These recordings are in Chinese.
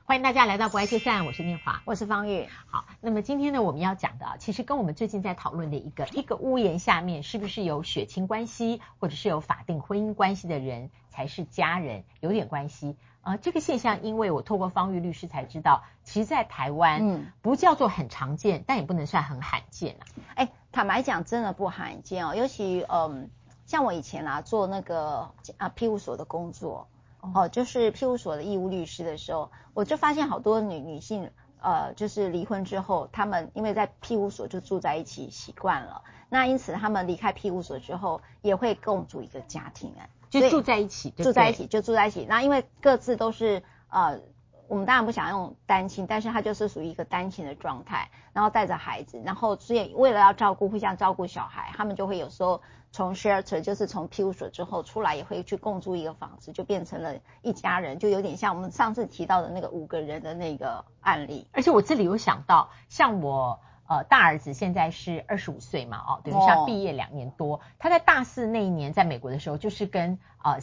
欢迎大家来到不爱就散，我是念华， 我是方玉。 好，那么今天呢，我们要讲的其实跟我们最近在讨论的一个屋檐下面是不是有血亲关系，或者是有法定婚姻关系的人才是家人，有点关系。这个现象，因为我透过方玉律师才知道，其实在台湾，不叫做很常见，但也不能算很罕见啊。 坦白讲，真的不罕见哦。尤其像我以前做那个庇护所的工作。就是庇护所的义务律师的时候，我就发现好多女性，就是离婚之后，她们因为在庇护所就住在一起习惯了，那因此她们离开庇护所之后，也会共组一个家庭， 就住在一起， 住在一起。那因为各自都是我们当然不想用单亲，但是他就是属于一个单亲的状态，然后带着孩子，然后所以为了要互相照顾小孩，他们就会有时候从 shelter 就是从庇护所之后出来，也会去共租一个房子，就变成了一家人，就有点像我们上次提到的那个5个人的那个案例。 而且我这里有想到，像我大儿子现在是25岁嘛，等于他毕业2年多，他在大4那一年在美国的时候，就是跟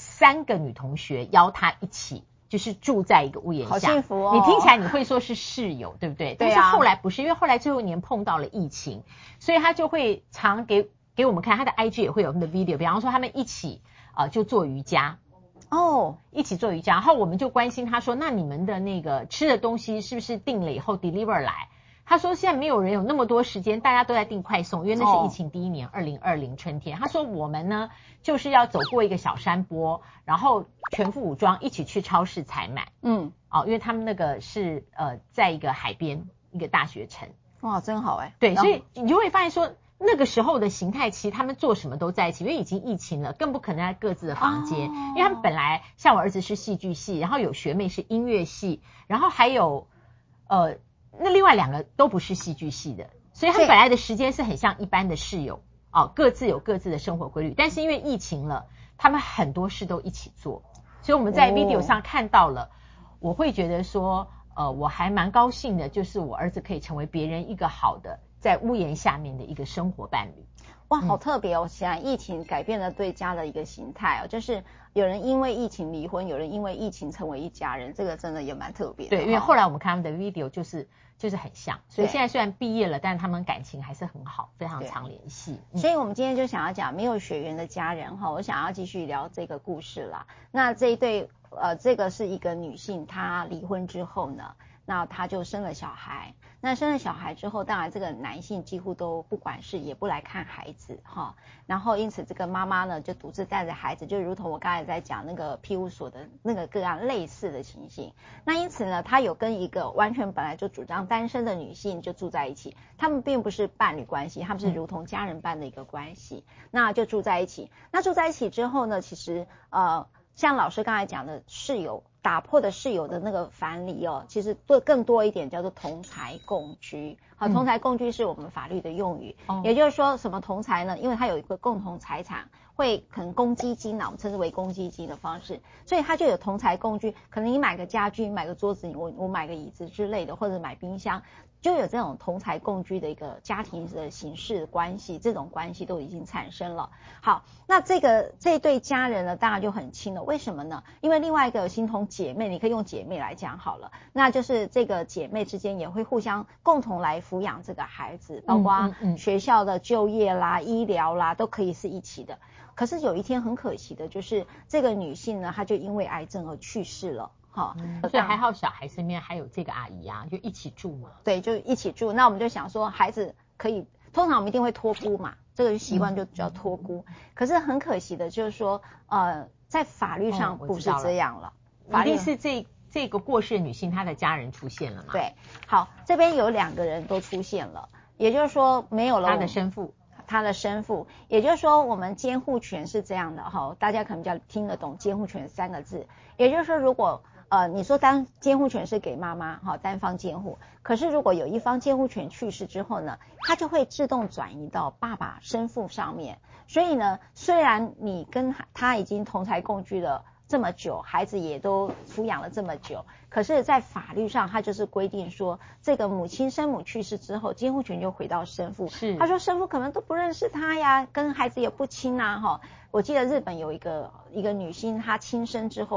3个女同学邀他一起。就是住在一个屋檐下， 好幸福哦！ 你听起来你会说是室友，对不对？ 对啊。 但是后来不是，因为后来最后一年碰到了疫情，所以他就会常给我们看他的 IG 也会有他们的 video， 比方说他们一起就做瑜伽一起做瑜伽，然后我们就关心他说，那你们的那个吃的东西是不是订了以后 deliver 来？他说现在没有人有那么多时间，大家都在订快送，因为那是疫情第一年，2020春天。他说我们呢就是要走过一个小山坡，然后全副武装一起去超市采买。因为他们那个是在一个海边一个大学城。 哇，真好对，所以你就会发现说那个时候的形态，其实他们做什么都在一起，因为已经疫情了，更不可能在各自的房间。因为他们本来像我儿子是戏剧系，然后有学妹是音乐系，然后还有那另外2个都不是戏剧系的，所以他们本来的时间是很像一般的室友各自有各自的生活规律。但是因为疫情了，他们很多事都一起做，所以我们在 video 上看到了，我会觉得说我还蛮高兴的，就是我儿子可以成为别人一个好的在屋檐下面的一个生活伴侣。 哇，好特别哦！现在疫情改变了对家的一个形态就是有人因为疫情离婚，有人因为疫情成为一家人，这个真的也蛮特别的。 对，因为后来我们看他们的 video 就是很像，所以现在虽然毕业了，但他们感情还是很好，非常常联系。 所以我们今天就想要讲没有血缘的家人我想要继续聊这个故事啦。那这一对这个是一个女性，她离婚之后呢，那她就生了小孩。那生了小孩之后，当然这个男性几乎都不管事，也不来看孩子然后因此这个妈妈呢就独自带着孩子，就如同我刚才在讲那个庇护所的那个个案类似的情形。那因此呢，她有跟一个完全本来就主张单身的女性就住在一起，他们并不是伴侣关系，他们是如同家人般的一个关系。那就住在一起。那住在一起之后呢，其实像老师刚才讲的室友，打破的室友的那个藩篱其实更多一点叫做同财共居。同财共居是我们法律的用语。也就是说什么同财呢？因为它有一个共同财产，会可能公积金我们称之为公积金的方式，所以它就有同财共居。可能你买个家具，买个桌子，我买个椅子之类的，或者买冰箱，就有这种同财共居的一个家庭的形式关系，这种关系都已经产生了。好，那这对家人呢，当然就很亲了。为什么呢？因为另外一个有形同姐妹，你可以用姐妹来讲好了，那就是这个姐妹之间也会互相共同来抚养这个孩子，包括学校的就业啦、医疗啦，都可以是一起的。可是有一天很可惜的就是这个女性呢，她就因为癌症而去世了。 所以还好小孩身边还有这个阿姨就一起住嘛。 对，就一起住。那我们就想说孩子可以，通常我们一定会托孤嘛，这个习惯就叫托孤。可是很可惜的就是说在法律上不是这样了。 法律是这个过世的女性她的家人出现了嘛？ 对，好，这边有2个人都出现了，也就是说没有了她的生父， 也就是说我们监护权是这样的大家可能比较听得懂监护权3个字。也就是说如果你说当监护权是给妈妈单方监护，可是如果有一方监护权去世之后呢，它就会自动转移到爸爸生父上面。所以呢，虽然你跟他已经同财共居了这么久，孩子也都抚养了这么久，可是在法律上他就是规定说，这个生母去世之后，监护权就回到生父。 是， 他说生父可能都不认识他呀，跟孩子也不亲我记得日本有一个女性，她轻生之后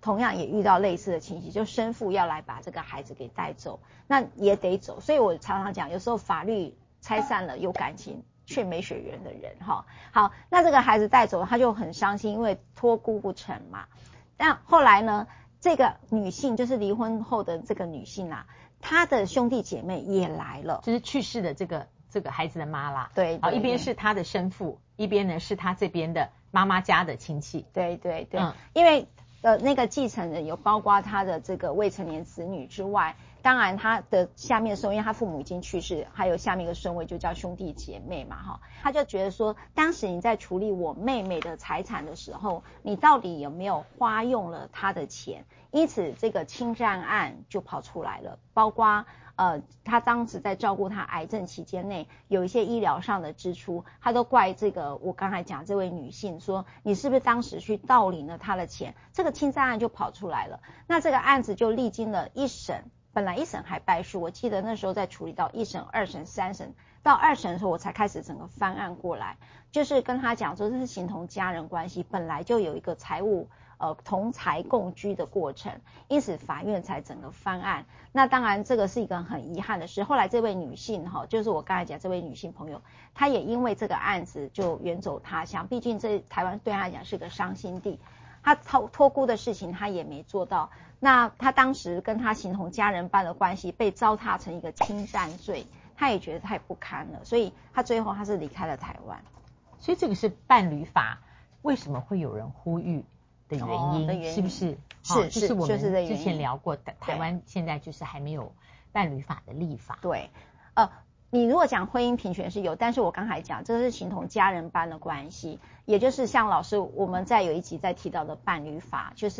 同样也遇到类似的情形，就生父要来把这个孩子给带走，那也得走。所以我常常讲，有时候法律拆散了有感情却没血缘的人哈。好，那这个孩子带走他就很伤心，因为托孤不成嘛。但后来呢，这个女性就是离婚后的这个女性啊，她的兄弟姐妹也来了， 就是去世的这个孩子的妈啦。 对， 一边是他的生父，一边呢是他这边的妈妈家的亲戚。 对，因为那个继承人有包括他的这个未成年子女之外，当然他的下面顺位，因为他父母已经去世，还有下面一个顺位就叫兄弟姐妹嘛哈。他就觉得说，当时你在处理我妹妹的财产的时候，你到底有没有花用了他的钱？因此这个侵占案就跑出来了，包括他当时在照顾他癌症期间内有一些医疗上的支出，他都怪这个我刚才讲这位女性说，你是不是当时去盗领了他的钱？这个侵占案就跑出来了。那这个案子就历经了一审，本来一审还败诉，我记得那时候在处理到一审、二审、三审，到二审的时候我才开始整个翻案过来，就是跟他讲说这是形同家人关系，本来就有一个财务同财共居的过程，因此法院才整个翻案。那当然这个是一个很遗憾的事，后来这位女性就是我刚才讲这位女性朋友，她也因为这个案子就远走他乡，毕竟这台湾对她来讲是个伤心地，她托孤的事情她也没做到，那她当时跟她形同家人般的关系被糟蹋成一个侵占罪，她也觉得太不堪了，所以她最后她是离开了台湾。 所以这个是伴侣法为什么会有人呼吁的原因，是不是？就是我们之前聊过，台湾现在就是还没有伴侣法的立法。 对，你如果讲婚姻平权是有，但是我刚才讲这是形同家人般的关系，也就是像老师我们在有一集在提到的伴侣法，就是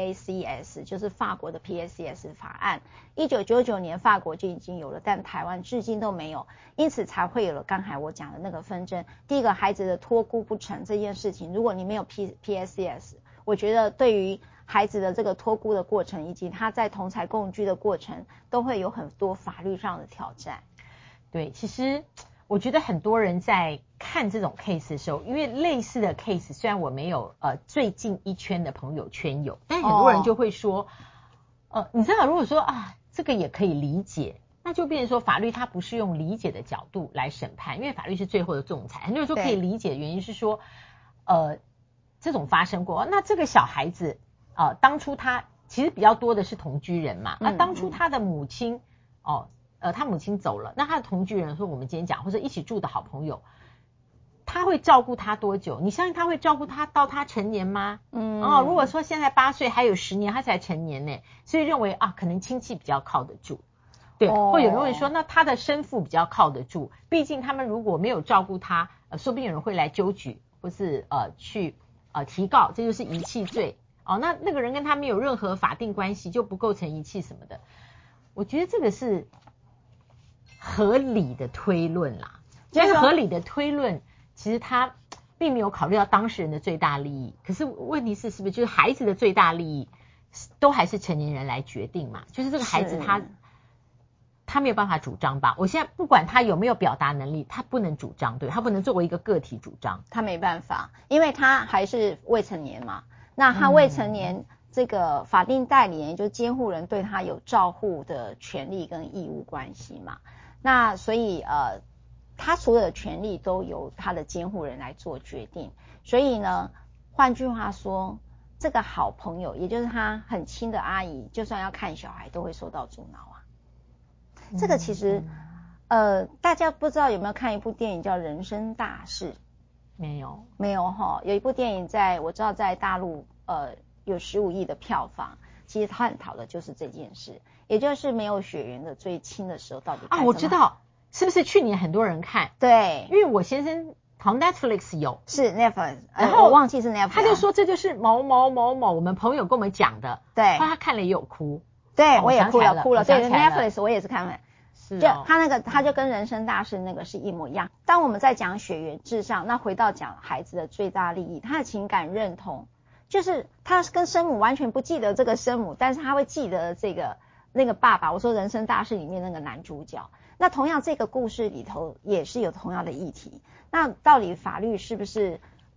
PACS， 就是法国的 PACS 法案，1999年法国就已经有了，但台湾至今都没有，因此才会有了刚才我讲的那个纷争。第一个，孩子的托孤不成这件事情，如果你没有 PACS， 我觉得对于孩子的这个托孤的过程，以及他在同财共居的过程，都会有很多法律上的挑战。 对，其实我觉得很多人在看这种 case 的时候，因为类似的 case 虽然我没有最近一圈的朋友圈有，但很多人就会说，你知道如果说这个也可以理解，那就变成说法律它不是用理解的角度来审判，因为法律是最后的仲裁。很多人说可以理解的原因是说，这种发生过，那这个小孩子当初他其实比较多的是同居人嘛，那当初他的母亲他母亲走了，那他的同居人说我们今天讲或者一起住的好朋友，他会照顾他多久？你相信他会照顾他到他成年吗？如果说现在8岁还有10年他才成年呢，所以认为可能亲戚比较靠得住，对，或有人会说那他的生父比较靠得住，毕竟他们如果没有照顾他，说不定有人会来纠举或是去提告，这就是遗弃罪那个人跟他没有任何法定关系，就不构成遗弃什么的。我觉得这个是合理的推论啦，但是合理的推论其实他并没有考虑到当事人的最大利益，可是问题是不是就是孩子的最大利益都还是成年人来决定嘛？就是这个孩子他没有办法主张吧？我现在不管他有没有表达能力，他不能主张，对，他不能作为一个个体主张， 他没办法，因为他还是未成年嘛。那他未成年，这个法定代理人就是监护人对他有照护的权利跟义务关系嘛。那所以他所有的权利都由他的监护人来做决定。所以呢，换句话说，这个好朋友，也就是他很亲的阿姨，就算要看小孩都会受到阻挠啊。这个其实大家不知道有没有看一部电影叫《人生大事》？ 没有有一部电影我知道在大陆有15亿的票房，其实探讨的就是这件事，也就是没有血缘的最亲的时候到底该怎么我知道，是不是去年很多人看？ 对， 因为我先生好像 Netflix 有， 是 Netflix， 然后我忘记是 Netflix， 他就说这就是某某某某我们朋友跟我们讲的， 对， 他看了也有哭， 对，我也哭了，对 Netflix 我也是看了。 就他就跟人生大事那个是一模一样。当我们在讲血缘至上，那回到讲孩子的最大利益，他的情感认同，就是他跟生母完全不记得这个生母，但是他会记得那个爸爸。我说人生大事里面那个男主角，那同样这个故事里头也是有同样的议题。那到底法律是不是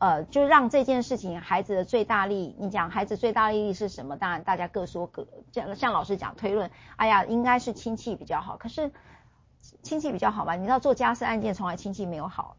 就让这件事情孩子的最大利，你讲孩子最大利益是什么？当然大家各说各，像老师讲推论，哎呀，应该是亲戚比较好。可是亲戚比较好吧？你知道做家事案件从来亲戚没有好，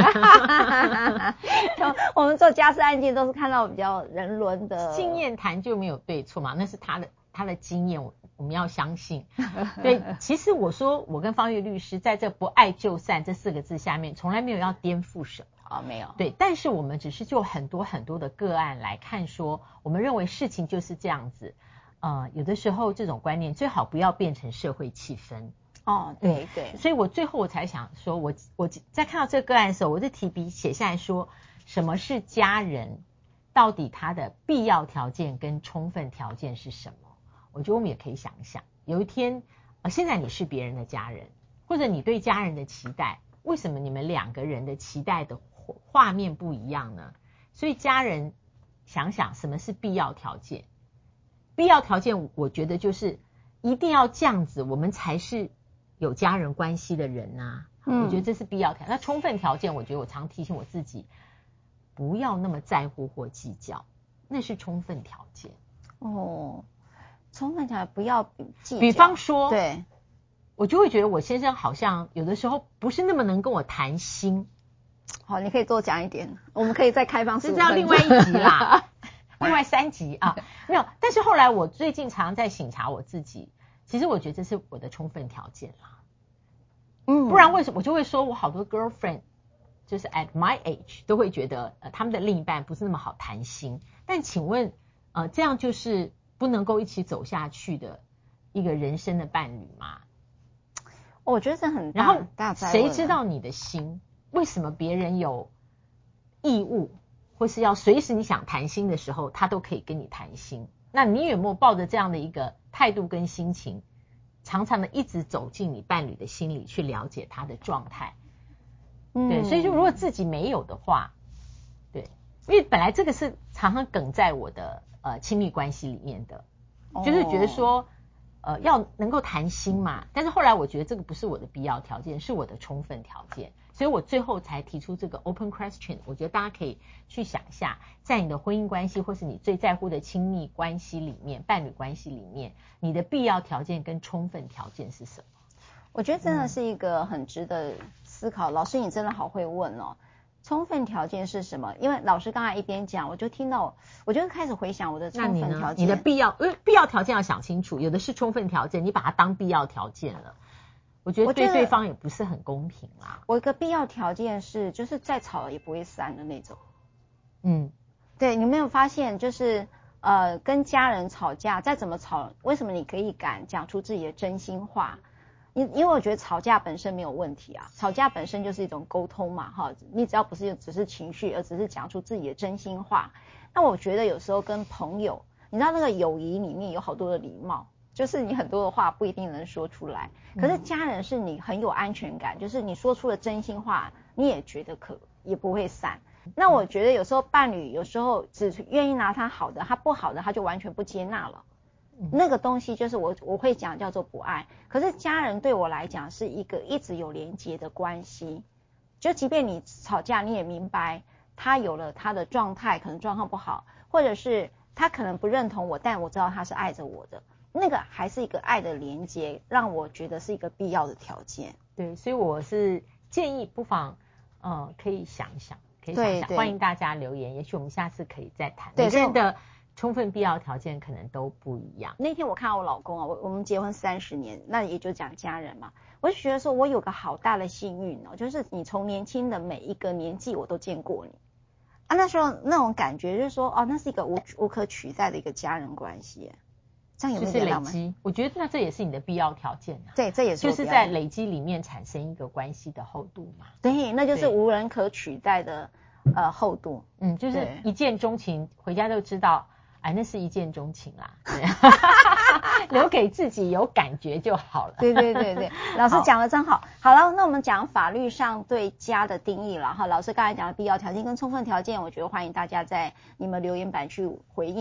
我们做家事案件都是看到比较人伦的经验谈就没有对错嘛，那是他的经验，我们要相信。对，其实我说我跟方玉律师在这不爱就散这4个字下面，从来没有要颠覆什么。 没有。 对，但是我们只是就很多很多的个案来看说，我们认为事情就是这样子。有的时候这种观念最好不要变成社会气氛。 对对。 所以我最后我才想说，我在看到这个个案的时候，我就提笔写下来说，什么是家人？到底它的必要条件跟充分条件是什么？我觉得我们也可以想一想，有一天，现在你是别人的家人，或者你对家人的期待，为什么你们2个人的期待的画面不一样呢？所以家人想想什么是必要条件？必要条件，我觉得就是一定要这样子，我们才是有家人关系的人啊。我觉得这是必要条件。那充分条件，我觉得我常提醒我自己，不要那么在乎或计较，那是充分条件。 充分条件不要计较。 比方说， 对， 我就会觉得我先生好像有的时候不是那么能跟我谈心。 好，你可以多讲一点，我们可以再开放15分钟。 这叫另外一集啦，另外3集啊，没有。但是后来我最近常在省察我自己，其实我觉得这是我的充分条件啦。不然为什么我就会说我好多 girlfriend 就是 at my age 都会觉得他们的另一半不是那么好谈心。但请问这样就是不能够一起走下去的一个人生的伴侣吗？ 我觉得这很大。 然后谁知道你的心？为什么别人有义务或是要随时你想谈心的时候他都可以跟你谈心？那你有没有抱着这样的一个态度跟心情，常常的一直走进你伴侣的心里去了解他的状态？对，所以就如果自己没有的话，对，因为本来这个是常常梗在我的亲密关系里面的，就是觉得说要能够谈心嘛，但是后来我觉得这个不是我的必要条件，是我的充分条件，所以我最后才提出这个 open question。 我觉得大家可以去想一下，在你的婚姻关系或是你最在乎的亲密关系里面，伴侣关系里面，你的必要条件跟充分条件是什么？ 我觉得真的是一个很值得思考。老师你真的好会问哦，充分条件是什么？因为老师刚才一边讲，我就听到，我就开始回想我的充分条件。 你的必要条件要想清楚，有的是充分条件，你把它当必要条件了，我觉得对对方也不是很公平啦。 我一个必要条件是，就是再吵了也不会散的那种。对，你有没有发现，就是跟家人吵架，再怎么吵，为什么你可以敢讲出自己的真心话？因为我觉得吵架本身没有问题啊，吵架本身就是一种沟通嘛，哈，你只要不是只是情绪，而只是讲出自己的真心话。那我觉得有时候跟朋友，你知道那个友谊里面有好多的礼貌，就是你很多的话不一定能说出来，可是家人是你很有安全感，就是你说出了真心话，你也觉得也不会散。那我觉得有时候伴侣有时候只愿意拿他好的，他不好的他就完全不接纳了。那个东西就是我会讲叫做不爱。可是家人对我来讲是一个一直有连结的关系，就即便你吵架，你也明白他有了他的状态，可能状况不好，或者是他可能不认同我，但我知道他是爱着我的，那个还是一个爱的连结，让我觉得是一个必要的条件。 对，所以我是建议不妨可以想一想， 对， 欢迎大家留言，也许我们下次可以再谈。每个人的充分必要条件可能都不一样。 那天我看到我老公啊，我们结婚30年，那也就讲家人嘛，我就觉得说我有个好大的幸运哦，就是你从年轻的每一个年纪我都见过你啊，那时候那种感觉就是说那是一个无可取代的一个家人关系，这样有没有累积？我觉得那这也是你的必要条件啊。 对，这也是就是在累积里面产生一个关系的厚度嘛。 对，那就是无人可取代的厚度。 就是一见钟情，回家就知道，哎，那是一见钟情啦。对留给自己有感觉就好了。 对，老师讲的真好。好了，那我们讲法律上对家的定义了哈。老师刚才讲的必要条件跟充分条件，我觉得欢迎大家在你们留言板去回应。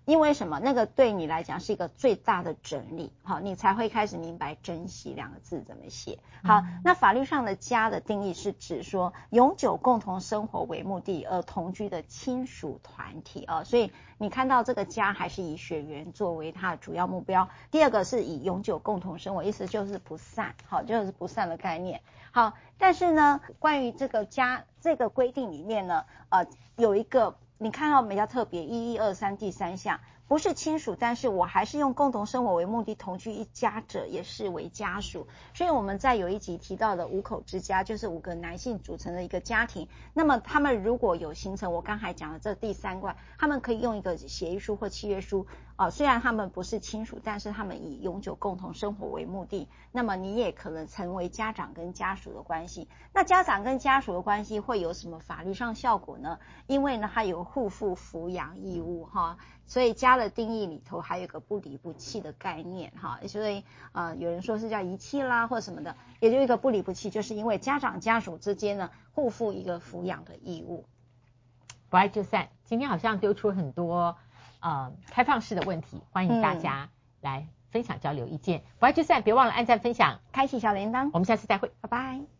因为什么？那个对你来讲是一个最大的整理，好，你才会开始明白珍惜2个字怎么写。好，那法律上的家的定义是指说永久共同生活为目的而同居的亲属团体啊，所以你看到这个家还是以血缘作为它的主要目标。第二个是以永久共同生活，意思就是不散，好，就是不散的概念。好，但是呢，关于这个家这个规定里面呢，有一个你看到比较特别，1123第3项，不是亲属，但是我还是用共同生活为目的同居一家者，也视为家属。所以我们在有一集提到的5口之家，就是5个男性组成的一个家庭。那么他们如果有形成我刚才讲的这第3块，他们可以用一个协议书或契约书，虽然他们不是亲属，但是他们以永久共同生活为目的。那么你也可能成为家长跟家属的关系。那家长跟家属的关系会有什么法律上效果呢？因为呢，它有互负抚养义务哈，所以家的定义里头还有个不离不弃的概念哈，所以有人说是叫遗弃啦或什么的，也就一个不离不弃，就是因为家长家属之间呢互负一个抚养的义务。 不爱就散，今天好像丢出很多开放式的问题，欢迎大家来分享交流意见。不爱就散，别忘了按赞分享， 开启小铃铛， 我们下次再会， 拜拜。